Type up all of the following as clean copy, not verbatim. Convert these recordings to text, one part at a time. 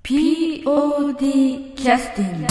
POD キャスティング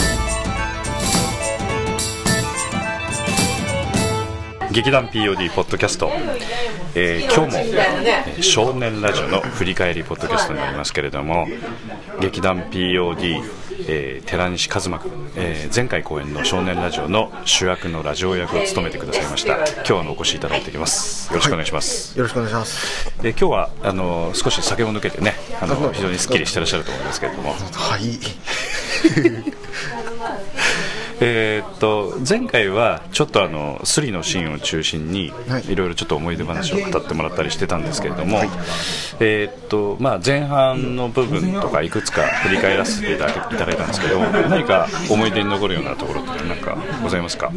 劇団 POD ポッドキャスト、今日も、少年ラジオの振り返りポッドキャストになりますけれども、劇団 POD、寺西一馬君、前回公演の少年ラジオの主役のラジオ役を務めてくださいました。今日はお越しいただいております。よろしくお願いします。 よろしくお願いします。 今日は少し酒を抜けてね、非常にすっきりしてらっしゃると思うんですけれども、 はい前回はちょっとスリのシーンを中心にいろいろちょっと思い出話を語ってもらったりしてたんですけれども、前半の部分とかいくつか振り返らせていただいたんですけど、何か思い出に残るようなところって何かございますか？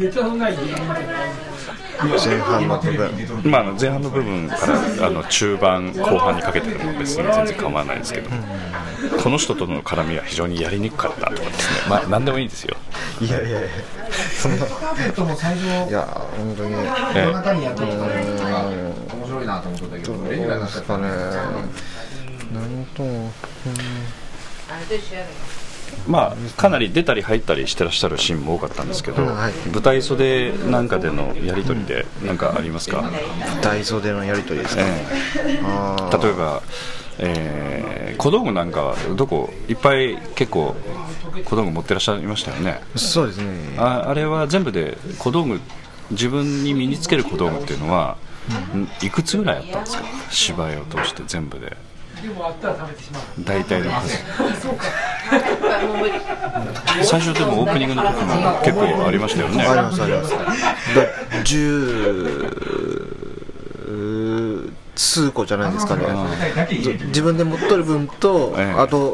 前半の部分、 前半の部分から中盤後半にかけてでも別に全然構わないですけど、この人との絡みは非常にやりにくかったとかですね、何でもいいですよ。 いやそんな、いや本当に、面白いなと思ったけど、どうですかね、なんとかなり出たり入ったりしてらっしゃるシーンも多かったんですけど、舞台袖なんかでのやり取りで何かありますか？ 舞台袖のやり取りですか？ 例えば、小道具なんかどこいっぱい結構小道具持ってらっしゃいましたよね。 そうですね。 あれは全部で小道具、自分に身につける小道具っていうのは、いくつぐらいあったんですか？芝居を通して全部で大体の数。最初でもオープニングの時も結構ありましたよね。 あります10数個じゃないですかね。自分で持っとる分と、あと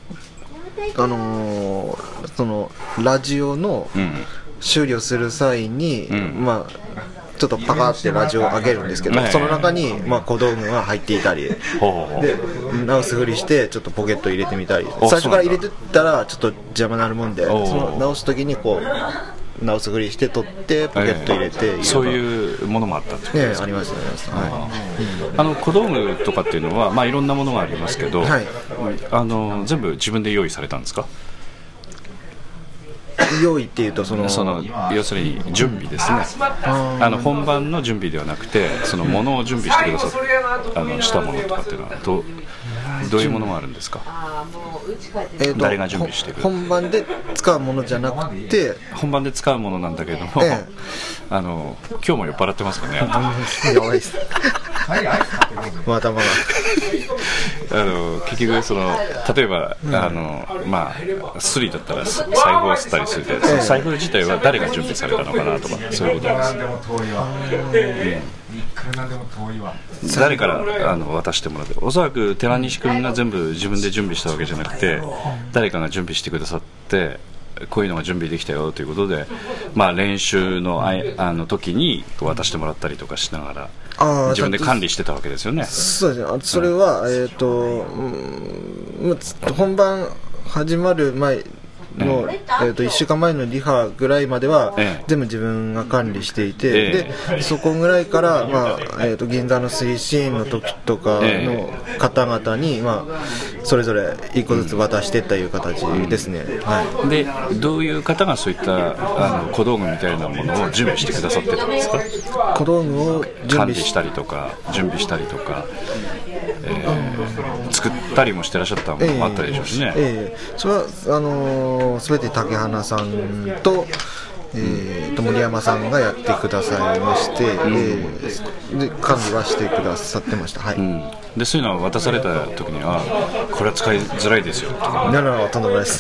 そのラジオの修理をする際に、ちょっとパカってラジオを上げるんですけど、その中に小道具が入っていたりで、直すふりしてちょっとポケット入れてみたり、最初から入れてたらちょっと邪魔になるもんで、その直す時にこう直すふりして取ってポケット入れて、 そういうものもあったんですか？ ありました、 小道具とかっていうのは、いろんなものがありますけど、全部自分で用意されたんですか？ 用意っていうと要するに準備ですね。本番の準備ではなくて、そのものを準備してくださしたものとかっていうのはどういうものがあるんですか？誰が準備してくれる？ 本番で使うものじゃなくて、 本番で使うものなんだけれども、今日も酔っ払ってますかね？ やばいです。まだ結局例えばスリだったら財布を吸ったりするけど、財布自体は誰が準備されたのかなとか、そういうことです。誰から渡してもらって、おそらく寺西君が全部自分で準備したわけじゃなくて、誰かが準備してくださって、こういうのが準備できたよということで、練習の時に渡してもらったりとかしながら自分で管理してたわけですよね。 そうですね。それは、本番始まる前の、1週間前のリハぐらいまでは、全部自分が管理していて、でそこぐらいから、銀座の3シーンの時とかの方々に、それぞれ1個ずつ渡していったいう形ですね。 でどういう方がそういった小道具みたいなものを準備してくださってたんですか？ 小道具を管理したりとか準備したりとか、作ったりもしてらっしゃったものもあったでしょうしね。 それは全て竹花さんと、森山さんがやってくださいまして、で管理はしてくださってました。 でそういうのを渡された時には、これは使いづらいですよとか。 とんでもないです。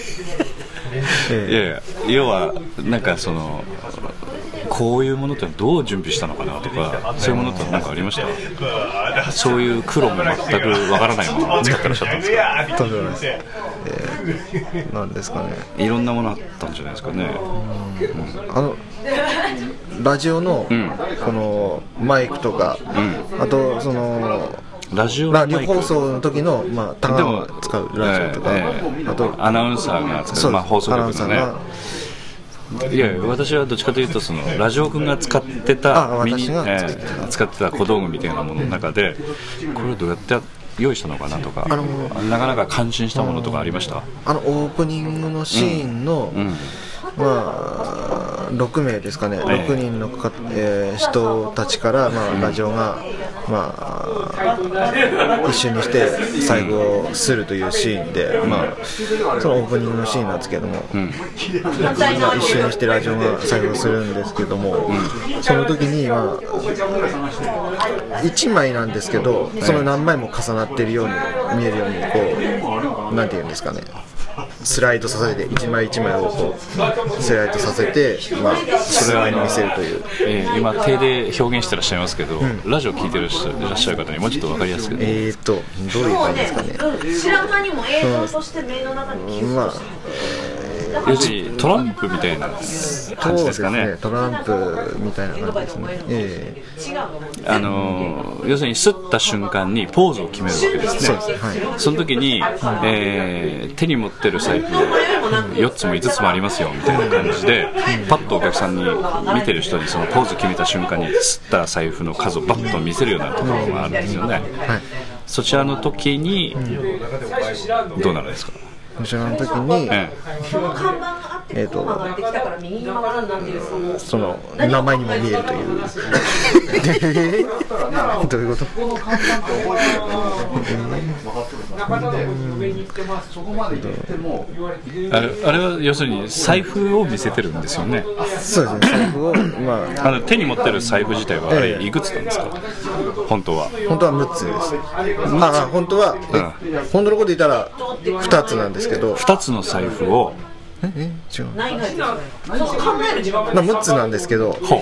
要はなんかこういうものってどう準備したのかなとか、そういうものって何かありました？そういう苦労も全くわからないものを使ってらっしゃったんですか？ とんでもないです。なんですかね。 いろんなものあったんじゃないですかね。 ラジオのこのマイクとか、あとラジオ放送の時のタガを使うラジオとか、あとアナウンサーが使う放送局のね。いや私はどっちかというとラジオ君が使ってた使ってた小道具みたいなものの中で、これをどうやって用意したのかなとか、なかなか感心したものとかありました？ オープニングのシーンの、まあ、6名ですかね、6人の人たちから、まあ、ラジオが、まあ、一瞬にして最後するというシーンで、まあ、そのオープニングのシーンなんですけども、まあ、一瞬にしてラジオが最後するんですけども、その時に、まあ、1枚なんですけど、その何枚も重なっているように見えるように、こう、なんていうんですかね、スライドさせて1枚1枚をこうスライドさせて、まあ、それに見せるという、 今手で表現してらっしゃいますけど、ラジオ聞いてらっしゃる方にもうちょっと分かりやすく、 どういう感じですかね。 白髪にも映像として目の中にまあ要するにトランプみたいな感じですかね。 トランプみたいな感じですね。 要するに吸った瞬間にポーズを決めるわけですね。その時に、手に持ってる財布4つも5つもありますよみたいな感じで、パッとお客さんに見てる人にそのポーズ決めた瞬間に吸った財布の数をバッと見せるようなところがあるんですよね。そちらの時にどうなるんですか？ そちらの時に、その名前にも見えるというどういうこと？ あれは要するに財布を見せてるんですよね。 そうですね、財布を、まあ、 手に持ってる財布自体はあれいくつなんですか？本当は 6つです。まあ本当は、本当のこと言ったら2つなんですけど、 2つの財布を違う。6つなんですけど、6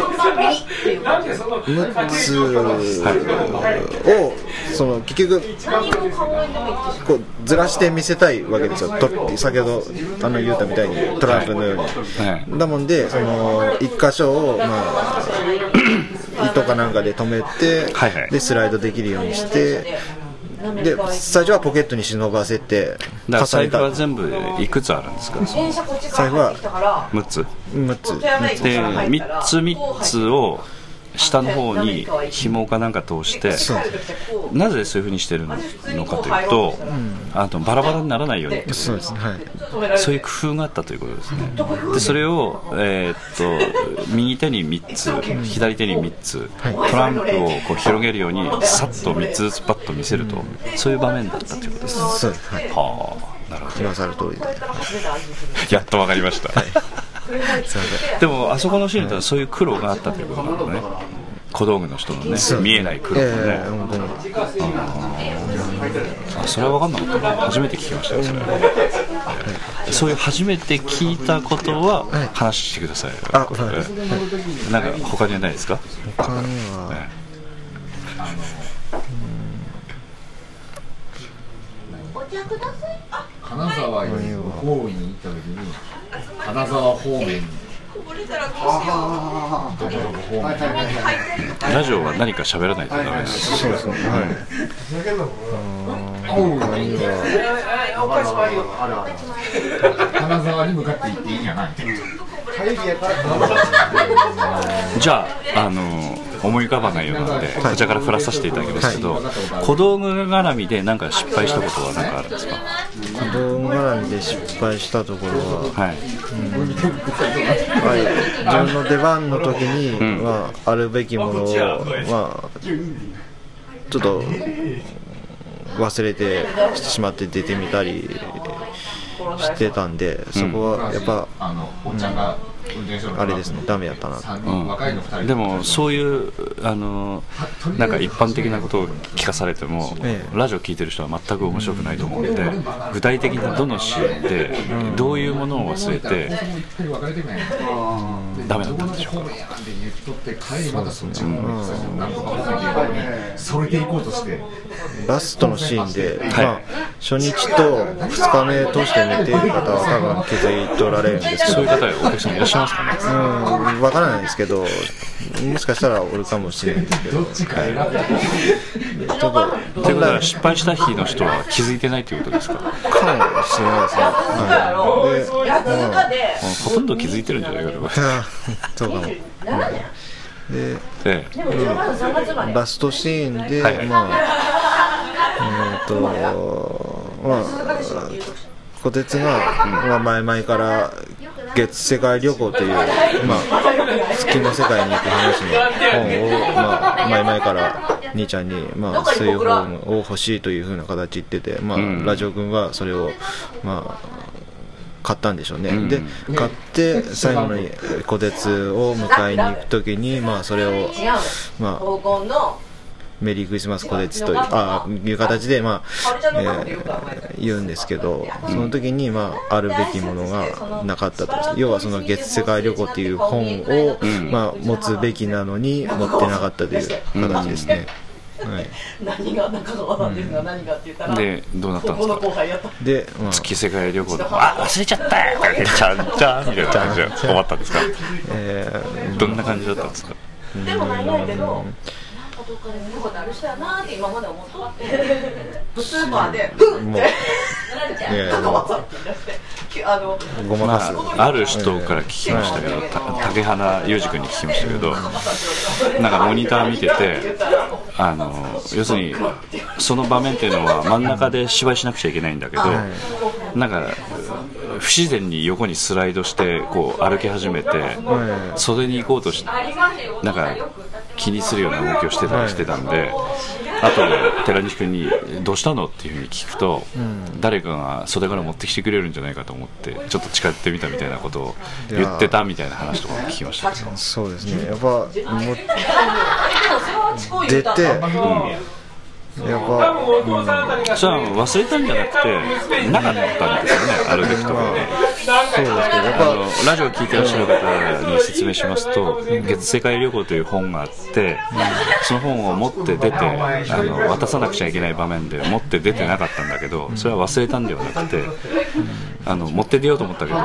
つをその結局こうずらして見せたいわけですよ。先ほど言ったみたいにトランプのように。だもんでその1箇所を、まあ、糸かなんかで留めて、でスライドできるようにして。で最初はポケットに忍ばせて、 財布は全部でいくつあるんですか？ 財布は 6つで 3つを下の方に紐かなんか通して、なぜそういうふうにしてるのかというと、バラバラにならないように、 そうですね、 そういう工夫があったということですね。でそれを、右手に3つ左手に3つ、トランプをこう広げるようにさっと3つずつパッと見せると、そういう場面だったということです。 そうです、なるほど、今さる通りでやっとわかりました、でもあそこのシーンではそういう苦労があったということなのね。小道具の人のね、見えない苦労がね、それは分かんなかったね。初めて聞きましたよ、それ。そういう初めて聞いたことは話してください。なんか他にはないですか？ 他には、 金沢に方位に行った時に金沢方面にラジオは何か喋らないとダメなんですよ。 そうですね、 金沢に向かって行っていいんじゃない？ じゃあ、思い浮かばないようなので、こちらから振らさせていただきますけど、小道具絡みで何か失敗したことは何かあるんですか？ 小道具絡みで失敗したところは、自分の出番の時に、あるべきものを、ちょっと忘れてしまって出てみたりしてたんで、そこはやっぱ、あれですね、ダメやったな、 でもそういうなんか一般的なことを聞かされても、ラジオ聞いてる人は全く面白くないと思うので、具体的などのシーンでどういうものを忘れてダメだったんでしょうか？ ラストのシーンで、初日と2日目通して寝ている方は多分気づいておられるんですけど、 そういう方お客さんいらっしゃいますかね？ わからないですけど、もしかしたらおるかもしれないですけど、 ということは失敗した日の人は気づいてないということですか？ かもしれないですね。 ほとんど気づいてるんじゃないかと。 そうかも。で、ラストシーンで、 まあ小鉄が、まあ、前々から月世界旅行という、まあ、月の世界に行く話の本を、まあ、前々から兄ちゃんに、まあ、そういう本を欲しいという風な形言ってて、まあ、ラジオ君はそれを、まあ、買ったんでしょうね、で買って最後に小鉄を迎えに行くときに、まあ、それを、まあメリークリスマス小鉄という形で、まあ言うんですけど、その時に、まあ、あるべきものがなかったと。要はその月世界旅行という本を、まあ、持つべきなのに持ってなかったという形ですね。はい、 何が中川なんですが、何がって言ったらでどうなったんですか。 で、まあ、 月世界旅行の忘れちゃったよちゃんちゃんみたいな感じで終わったんですか。どんな感じだったんですか。 でもないないけどどっかで見ることある人やなって今まで思ってスーパーでもうごまかす。 ある人から聞きましたけど、竹花裕二君に聞きましたけど、なんかモニター見てて、要するにその場面っていうのは真ん中で芝居しなくちゃいけないんだけど、なんか不自然に横にスライドしてこう歩き始めて、袖に行こうとしてなんか気にするような動きをしてたりしてたんで、後で寺西君にどうしたのっていうふうに聞くと、誰かが袖から持ってきてくれるんじゃないかと思ってちょっと近寄ってみたみたいなことを言ってたみたいな話とかも聞きましたけど。 そうですね、やっぱもう出て、やっぱ、 それは忘れたんじゃなくてなかったんですよね、あるべきところに。 そうですけど、やっぱラジオを聞いてらっしゃる方に説明しますと、月世界旅行という本があって、その本を持って出て渡さなくちゃいけない場面で持って出てなかったんだけど、それは忘れたんではなくて、持って出ようと思ったけど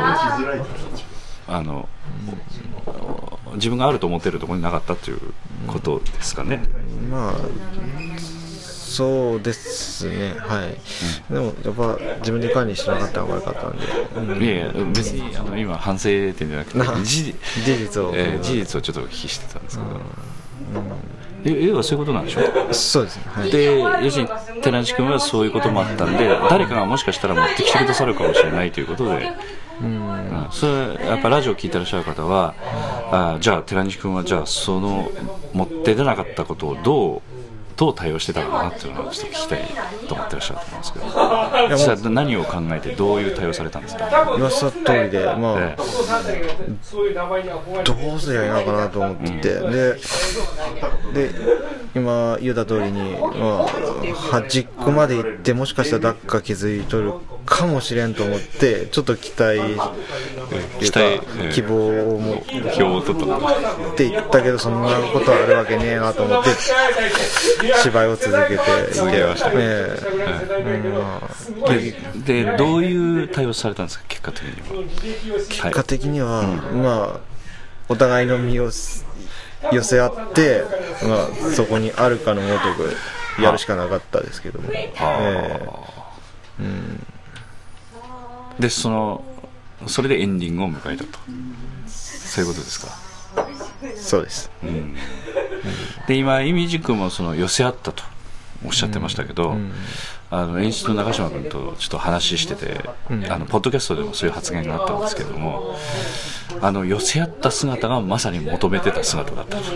自分があると思っているところになかったということですかね。 まあそうですね、はい、でもやっぱ自分で管理してなかったのが悪かったんで、 いやいや別に今反省点じゃなくて事実をちょっとお聞きしてたんですけど、要はそういうことなんでしょう。そうですね、はい、で要するに寺西君はそういうこともあったんで、誰かがもしかしたら持ってきてくださるかもしれないということで、それやっぱラジオを聞いてらっしゃる方は、じゃあ寺西君はじゃあその持って出なかったことをどう対応してたのかなっていうのをちょっと聞きたいと思ってらっしゃると思うんですけど、実際何を考えてどういう対応されたんですか。 言わせた通りで、まあどうすりゃいいのかなと思ってて、で今言った通りに、まあ、端っこまで行ってもしかしたら誰か気づいとるかもしれんと思ってちょっと期待希望を持って言ったけど、そんなことあるわけねえなと思って芝居を続けてましたね。 でどういう対応されたんですか、結果的には。 結果的には、まあお互いの身を寄せ合って、まあ、そこにあるかのごとくやるしかなかったですけども、 でそれでエンディングを迎えたと、そういうことですか。 そうです、 で今イミジ君もその寄せ合ったとおっしゃってましたけど、演出の長嶋君とちょっと話してて、ポッドキャストでもそういう発言があったんですけども、寄せ合った姿がまさに求めてた姿だったと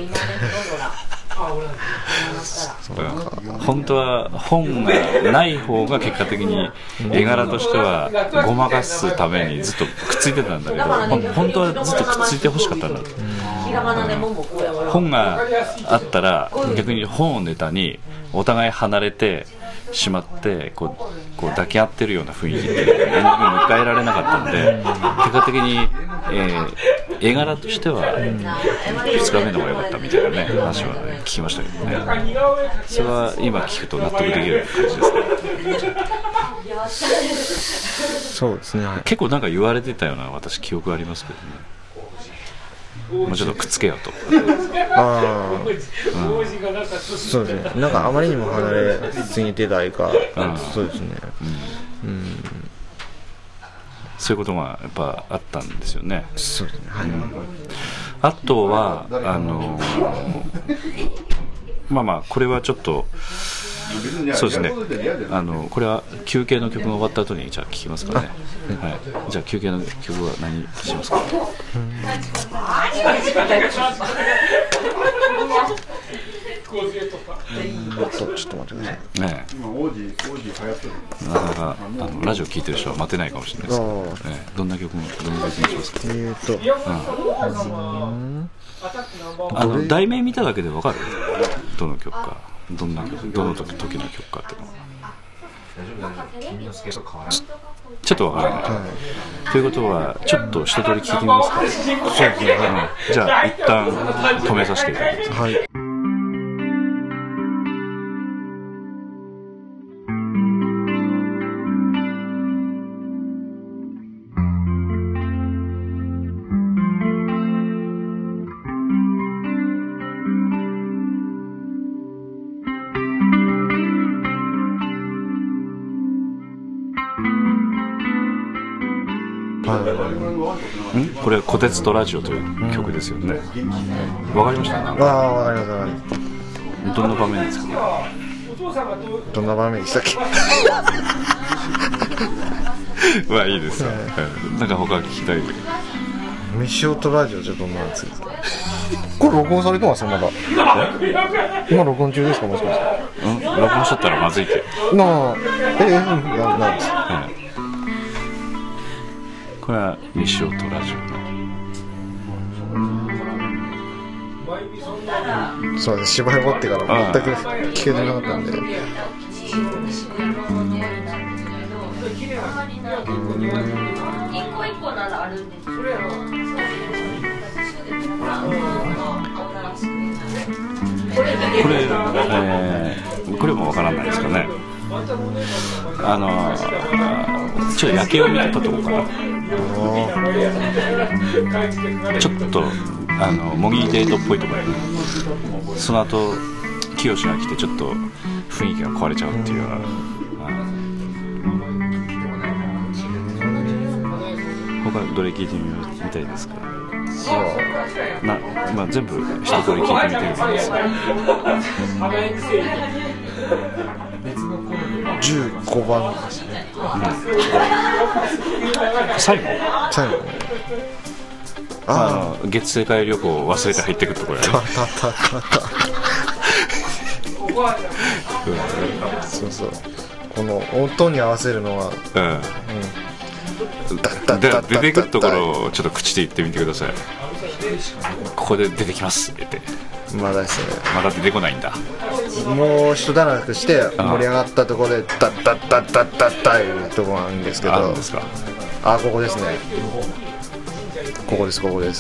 本当は本がない方が結果的に絵柄としてはごまかすためにずっとくっついてたんだけど、本当はずっとくっついてほしかったんだと。本があったら逆に本をネタにお互い離れてしまってこう抱き合ってるような雰囲気でエンディングを迎えられなかったんで、結果的に、絵柄としては2日目の方が良かったみたいな、ね、話は、ね、聞きましたけどね。それは今聞くと納得できる感じですね。 そうですね、 結構なんか言われてたような私記憶ありますけどね。もうちょっとくっつけようと。 そうですね、なんかあまりにも離れすぎてないか、そうですね、 そういうことがやっぱあったんですよね。 そうですね、はい。 あとはまあこれはちょっとそうですね。これは休憩の曲が終わった後にじゃあ聴きますかね。はい。じゃあ休憩の曲は何しますか。 ちょっと待ってください。 ねえ。なかなかラジオ聴いてる人は待てないかもしれないですけど、どんな曲にしますか。題名見ただけで分かる？どの曲か、どの時の曲かっていうのは。ちょっと分からない。ということはちょっと一通り聞いてみますか。そうですね。じゃあ一旦止めさせていただきます。はい。これ「虎鉄とラジオ」という曲ですよね。わかりました？ わかりました。 どんな場面ですか？ どんな場面でしたっけ？ まあいいですよ。なんか他聞きたい。 ミシオとラジオじゃどんなやつですか？これ録音されてますよまだ。今録音中ですかもしかして？ 録音しちゃったらまずいって。なんです。これはミシオとラジオの。 そうです。芝居終わってから全く聞けてなかったんで。 これもわからないですかね。ちょっと夜景を見てたとこかな。ちょっと模擬デートっぽいところで、その後清が来てちょっと雰囲気が壊れちゃうっていうような。他どれ聞いてみたいですか？まあ、全部一通り聞いてみてるんですが、 15番ですね。 最後月世界旅行を忘れて入ってくるところやね。 そうそう、この音に合わせるのは出てくるところをちょっと口で言ってみてください。ここで出てきますって言って。 まだですね。 まだ出てこないんだ。 もう一段落して盛り上がったところでダッダッダッダッダッダいうところなんですけど、 あるんですか？ ここですね。ここです。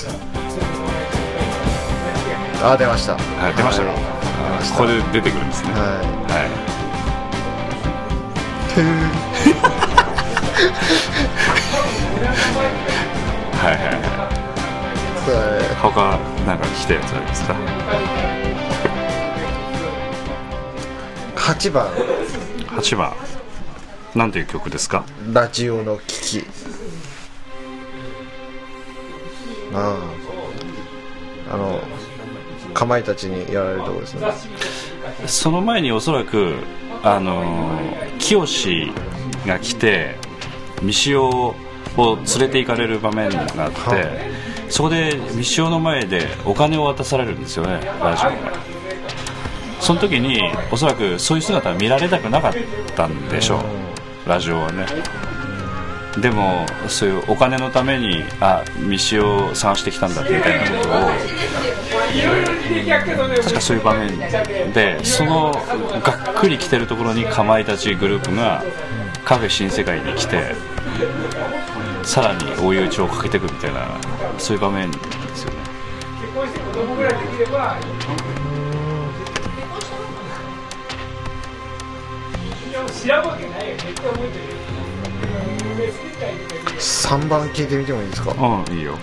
出ました。 出ましたか？ここで出てくるんですね。他なんか聞きたいやつありますか ？8 番なんていう曲ですか？ ラジオの危機。かまいたちにやられるところですね。 その前におそらく清が来てミシオを連れて行かれる場面があって、そこでミシオの前でお金を渡されるんですよね、ラジオが。その時におそらくそういう姿は見られたくなかったんでしょう、ラジオはね。でもそういうお金のためにミシオを探してきたんだみたいなことを、確かそういう場面で、そのがっくり来てるところにかまいたちグループがカフェ新世界に来て、さらに追い打ちをかけていくみたいな、そういう場面ですよね。 3番聞いてみてもいいですか？ いいよ。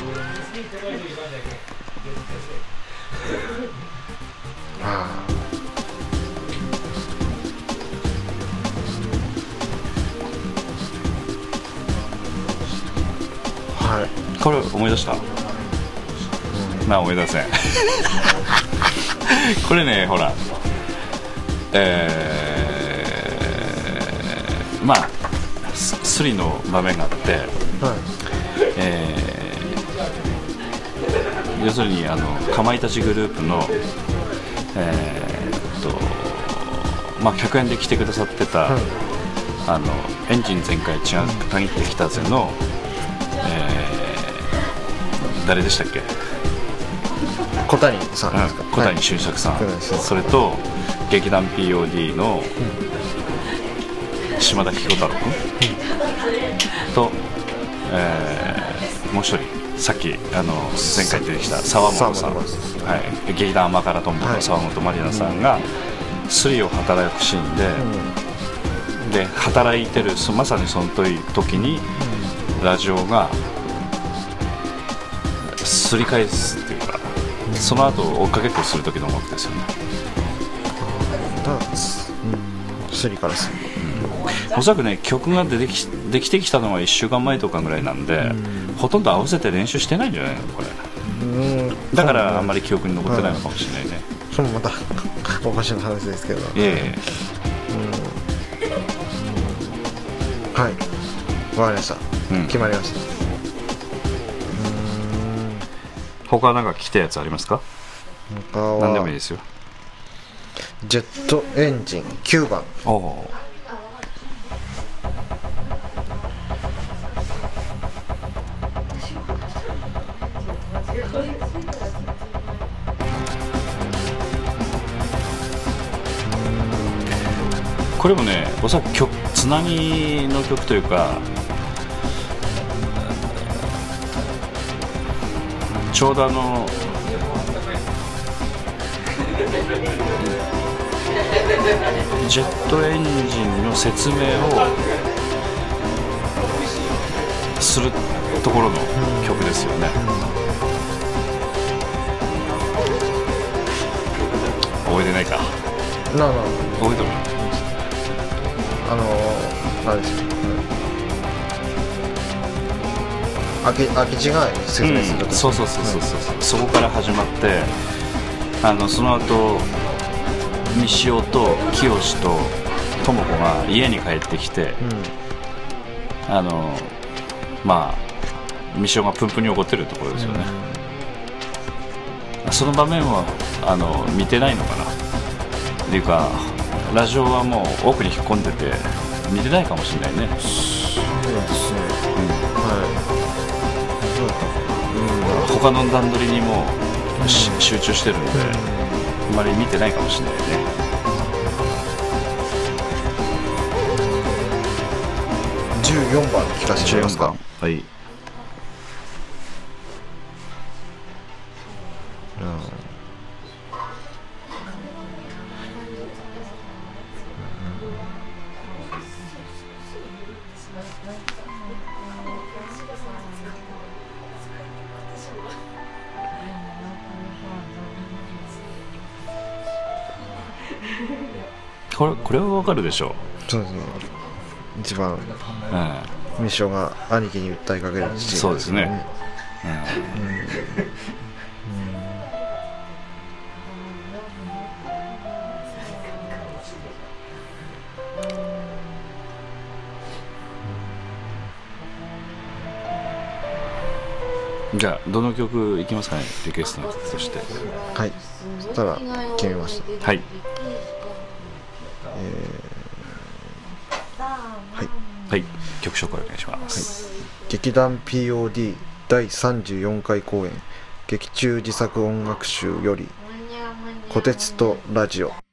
これ思い出した？思い出せん。これね、ほらまあスリの場面があって、 はい要するにかまいたちグループのまあ、100円で来てくださってた、エンジン全開たぎってきたぜの、誰でしたっけ、 小谷さんですか、 小谷俊作さん、 はい、 それと劇団 POD の島田彦太郎君、と、もう一人さっき前回出てきた沢本さん、はい、劇団甘辛とんぼの沢本まりなさんが、スリを働くシーンで、働いてるまさにその時に、ラジオがすり返すっていうか、その後追っかけっこする時の音楽ですよね。 スリからする、 おそらくね、曲ができてきたのは1週間前とかぐらいなんで、ほとんど合わせて練習してないんじゃないのこれ。だからあんまり記憶に残ってないのかもしれないね。 それもまたおかしな話ですけど、はい、わかりました、決まりました。 他なんか聞きたいやつありますか？ 他は何でもいいですよ。 ジェットエンジン9番。 これもね、おそらくつなぎの曲というか、ちょうどジェットエンジンの説明をするところの曲ですよね。覚えてないか。覚えてもあれですよ、空き地が説明すると、 そうそこから始まって、その後西尾と清と智子が家に帰ってきて、まあ西尾がプンプンに怒ってるところですよね。その場面は見てないのかなっていうか、ラジオはもう奥に引っ込んでて見てないかもしれないね。 そうですね、 他の段取りにも集中してるんで、あまり見てないかもしれないね。 14番聞かせてもらえますか？ はい。これはわかるでしょう。 そうですね、一番ミッションが兄貴に訴えかけるシーン、 そうですね。じゃあどの曲いきますかね、リクエストの曲として。 はい、そしたら決めました。 はい、はい、曲紹介お願いします。 劇団 POD 第34回公演劇中自作音楽集より虎鉄とラジオ。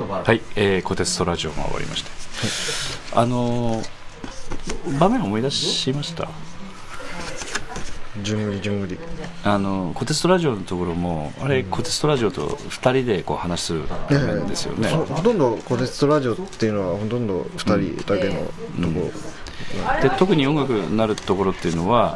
はい、コテストラジオが終わりまして、場面を思い出しました。 じゅんぐりじゅんぐり。 コテストラジオのところもあれ、コテストラジオと2人でこう話する場面ですよね。 ほとんどコテストラジオっていうのはほとんど2人だけのところ、 で特に音楽になるところっていうのは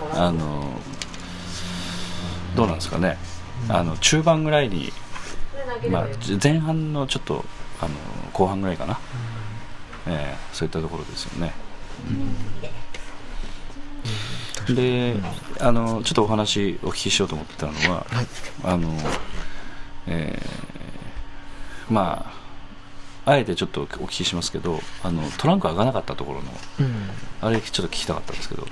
どうなんですかね、中盤ぐらいに、前半のちょっと後半ぐらいかな、そういったところですよね。でちょっとお話お聞きしようと思ってたのは、あえてちょっとお聞きしますけど、トランク開かなかったところの、あれちょっと聞きたかったんですけど、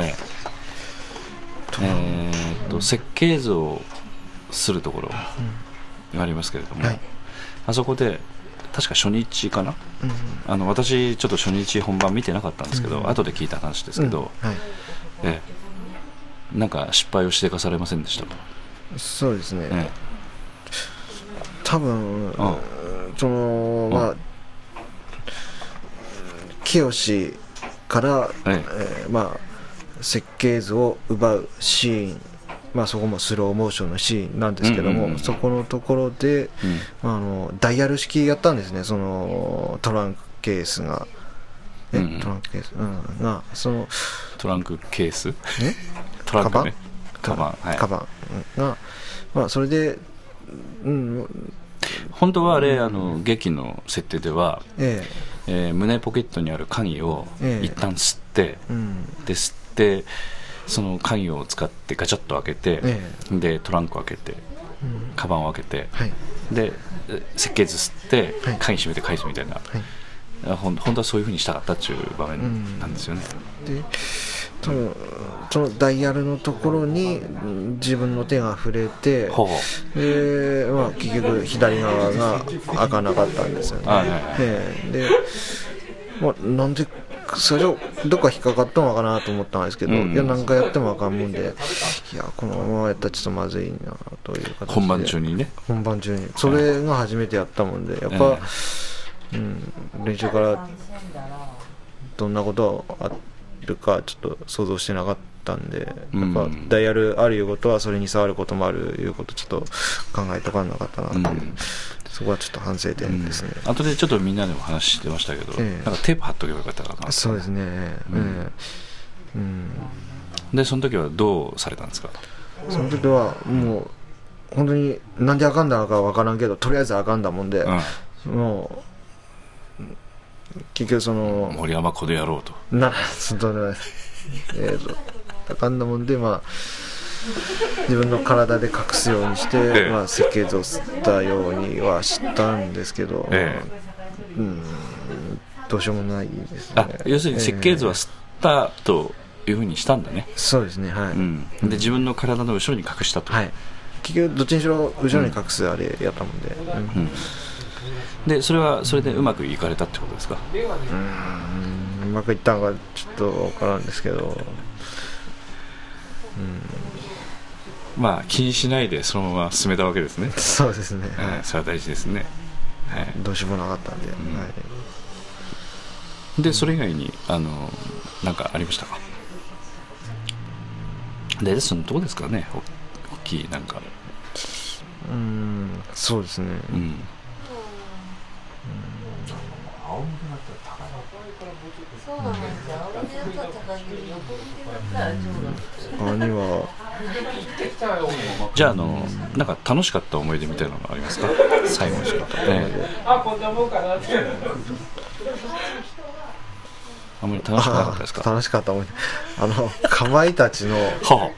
設計図をするところがありますけれども、あそこで確か初日かな、私ちょっと初日本番見てなかったんですけど、後で聞いた話ですけど、なんか失敗をしてかされませんでしたか？ そうですね、多分清から、設計図を奪うシーン、そこもスローモーションのシーンなんですけども、そこのところで、ダイヤル式やったんですね、そのトランクケースが。トランクケース、がそのトランクケーストランクね、カバンが、それで、 本当はあれ、劇の設定では、胸ポケットにある鍵を一旦吸って、で吸ってその鍵を使ってガチャッと開けて、でトランクを開けて、カバンを開けて、で設計図吸って、鍵閉めて返すみたいな、本当はそういう風にしたかったっていう場面なんですよね。 でそのダイヤルのところに自分の手が触れて、で、結局左側が開かなかったんですよね。で、なんで最初どっか引っかかったのかなと思ったんですけど、いや何回やってもあかんもんで、いやこのままやったらちょっとまずいなという形で、本番中にそれが初めてやったもんで、やっぱ、練習からどんなことがあるかちょっと想像してなかったんで、やっぱダイヤルあるいうことはそれに触ることもあるいうことちょっと考えとかなかったなっていう、そこはちょっと反省点ですね。 後でちょっとみんなでも話してましたけど、なんかテープ貼っとけばよかったかな。 そうですね、 でその時はどうされたんですか？ その時はもう本当になんであかんだか分からんけど、とりあえずあかんだもんで、もう結局その森山こでやろうとあかんだもんで、自分の体で隠すようにして、設計図を吸ったようにはしたんですけど、どうしようもないですね。 要するに設計図は吸ったというふうにしたんだね。 そうですね、 で自分の体の後ろに隠したと、 結局どっちにしろ後ろに隠すあれやったもんで、 でそれはそれでうまくいかれたってことですか？ うまくいったのかちょっと分からんですけど、 気にしないでそのまま進めたわけですね。 そうですね、 それは大事ですね。 どうしようもなかったんで、 でそれ以外に何かありましたか？でレッスンどうですかね、大きいなんか。 そうですね、兄はじゃあなんか楽しかった思い出みたいなのがありますか？最後の仕事、あんまり楽しくなかったですか？ 楽しかった思い出、かまいたちのやっぱ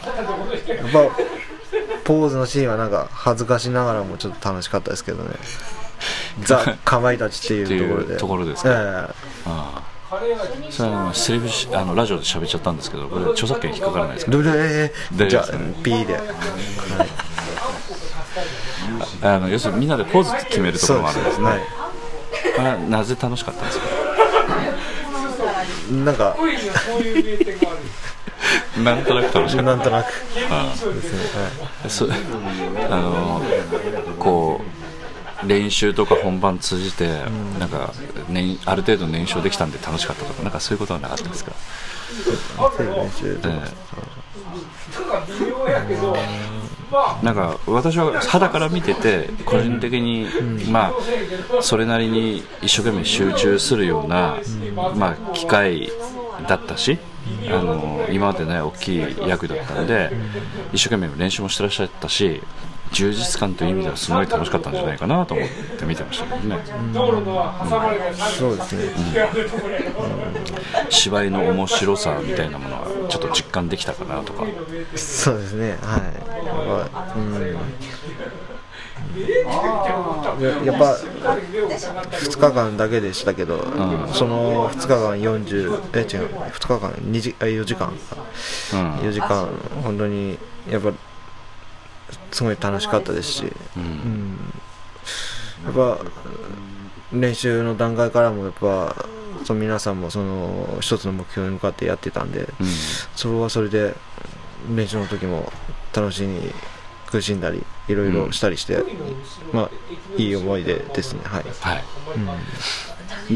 ポーズのシーンはなんか恥ずかしながらもちょっと楽しかったですけどね。ザ・かまいたちっていうところですか？それはセリフラジオで喋っちゃったんですけど、これ著作権引っかからないですか？ じゃあ P で、 要するにみんなでポーズ決めるところもあるんですね。なぜ楽しかったんですか？ なんかなんとなく楽しかった。 なんとなくこう練習とか本番通じて、なんか、ある程度燃焼できたんで楽しかったとか、なんかそういうことはなかったですか？なんか私は肌から見てて個人的に、まあそれなりに一生懸命集中するような、まあ、機会だったし、今までね大きい役だったんで一生懸命練習もしてらっしゃったし、充実感という意味ではすごい楽しかったんじゃないかなと思って見てましたけどね。 そうですね、 芝居の面白さみたいなものはちょっと実感できたかなとか。 そうですね、はい、やっぱ2日間だけでしたけど、その2日間2日間4時間、4時間本当にやっぱすごい楽しかったですし、やっぱ練習の段階からもやっぱその皆さんもその一つの目標に向かってやってたんで、それはそれで練習の時も楽しみに苦しんだりいろいろしたりして、まあいい思い出ですね。はい、はい。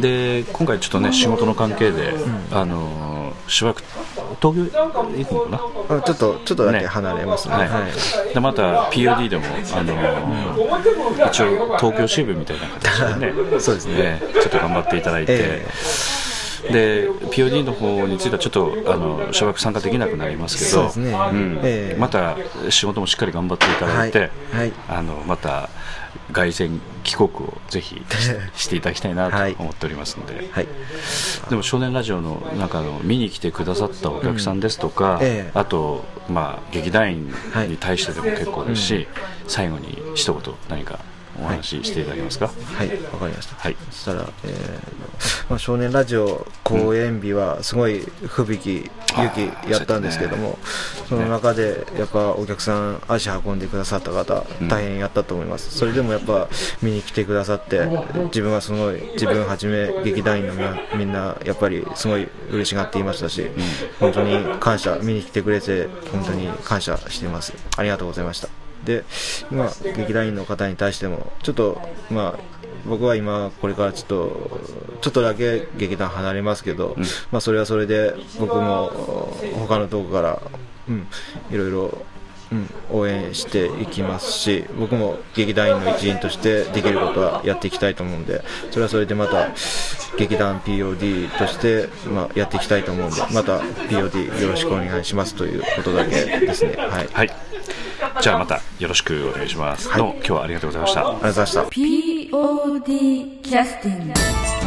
で今回ちょっとね仕事の関係で、しばらく東京行くのかな。ちょっとだけ離れますね。はいはい、でまた POD でも一応東京支部みたいな形でねそうですね、ちょっと頑張っていただいて、で POD の方についてはちょっとしばらく参加できなくなりますけど、また仕事もしっかり頑張っていただいて、また凱旋帰国をぜひしていただきたいなと思っておりますので、でも少年ラジオの中の見に来てくださったお客さんですとか、あと、まあ、劇団員に対してでも結構ですし、最後に一言何かお話ししていただけますか。 はい、わかりました。はい、そしたら、まあ、少年ラジオ公演日はすごい吹雪やったんですけども、その中でやっぱお客さん足運んでくださった方大変やったと思います。それでもやっぱ見に来てくださって、自分ははじめ劇団員のみんなやっぱりすごい嬉しがっていましたし、本当に感謝、見に来てくれて本当に感謝しています。ありがとうございました。で今劇団員の方に対してもちょっと、まあ、僕は今これからちょっとだけ劇団離れますけど、まあ、それはそれで僕も他のとこから、いろいろ、応援していきますし、僕も劇団員の一員としてできることはやっていきたいと思うんで、それはそれでまた劇団 POD として、やっていきたいと思うんで、また POD よろしくお願いしますということだけですね。はい、 はい、じゃあまたよろしくお願いします。どうも今日はありがとうございました。 ありがとうございました。 POD キャスティング